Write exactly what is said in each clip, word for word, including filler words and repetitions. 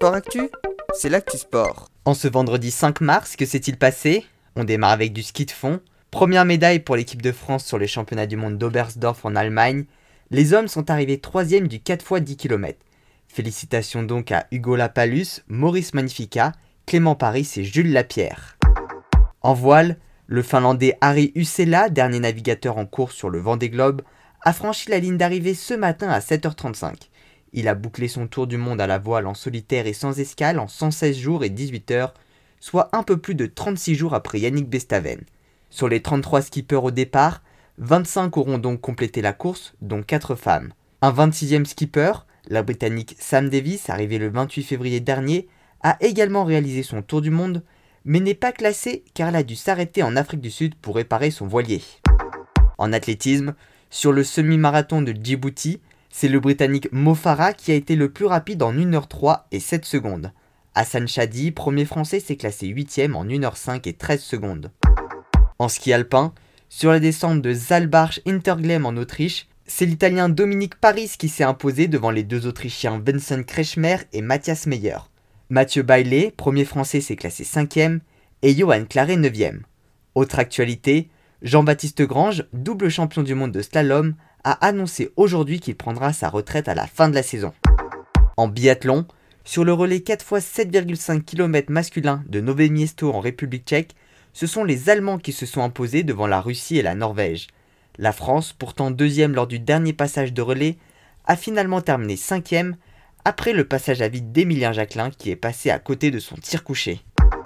Sport Actu, c'est l'actu sport. En ce vendredi cinq mars, que s'est-il passé? On démarre avec du ski de fond. Première médaille pour l'équipe de France sur les championnats du monde d'Oberstdorf en Allemagne. Les hommes sont arrivés troisième du quatre fois dix kilomètres. Félicitations donc à Hugo Lapalus, Maurice Magnifica, Clément Paris et Jules Lapierre. En voile, le Finlandais Harri Hussela, dernier navigateur en course sur le Vendée Globe, a franchi la ligne d'arrivée ce matin à sept heures trente-cinq. Il a bouclé son tour du monde à la voile en solitaire et sans escale en cent seize jours et dix-huit heures, soit un peu plus de trente-six jours après Yannick Bestaven. Sur les trente-trois skippers au départ, vingt-cinq auront donc complété la course, dont quatre femmes. Un vingt-sixième skipper, la Britannique Sam Davis, arrivé le vingt-huit février dernier, a également réalisé son tour du monde, mais n'est pas classé car elle a dû s'arrêter en Afrique du Sud pour réparer son voilier. En athlétisme, sur le semi-marathon de Djibouti, c'est le Britannique Mo Farah qui a été le plus rapide en une heure trois et sept secondes. Hassan Chadi, premier français, s'est classé huitième en une heure cinq et treize secondes. En ski alpin, sur la descente de Saalbach Interglemm en Autriche, c'est l'Italien Dominique Paris qui s'est imposé devant les deux Autrichiens Vincent Kretschmer et Matthias Meyer. Mathieu Baillet, premier français, s'est classé cinquième et Johan Claret neuvième. Autre actualité, Jean-Baptiste Grange, double champion du monde de slalom, a annoncé aujourd'hui qu'il prendra sa retraite à la fin de la saison. En biathlon, sur le relais quatre fois sept virgule cinq kilomètres masculin de Nové Město en République tchèque, ce sont les Allemands qui se sont imposés devant la Russie et la Norvège. La France, pourtant deuxième lors du dernier passage de relais, a finalement terminé cinquième après le passage à vide d'Emilien Jacquelin qui est passé à côté de son tir couché.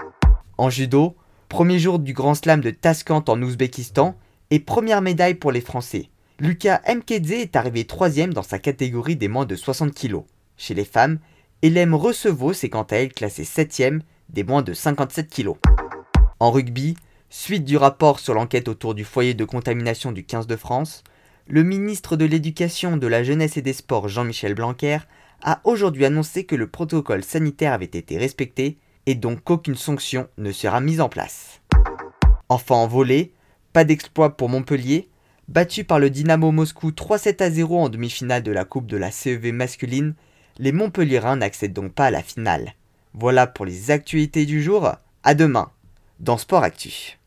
En judo, premier jour du Grand Slam de Tashkent en Ouzbékistan et première médaille pour les Français. Lucas Mkedze est arrivé troisième dans sa catégorie des moins de soixante kilos. Chez les femmes, Hélène Recevaux s'est quant à elle classée septième des moins de cinquante-sept kilos. En rugby, suite du rapport sur l'enquête autour du foyer de contamination du quinze de France, le ministre de l'Éducation, de la Jeunesse et des Sports Jean-Michel Blanquer a aujourd'hui annoncé que le protocole sanitaire avait été respecté et donc qu'aucune sanction ne sera mise en place. Enfin en volley, pas d'exploit pour Montpellier. Battu par le Dynamo Moscou trois sept à zéro en demi-finale de la Coupe de la C E V masculine, les Montpelliérains n'accèdent donc pas à la finale. Voilà pour les actualités du jour, à demain dans Sport Actu.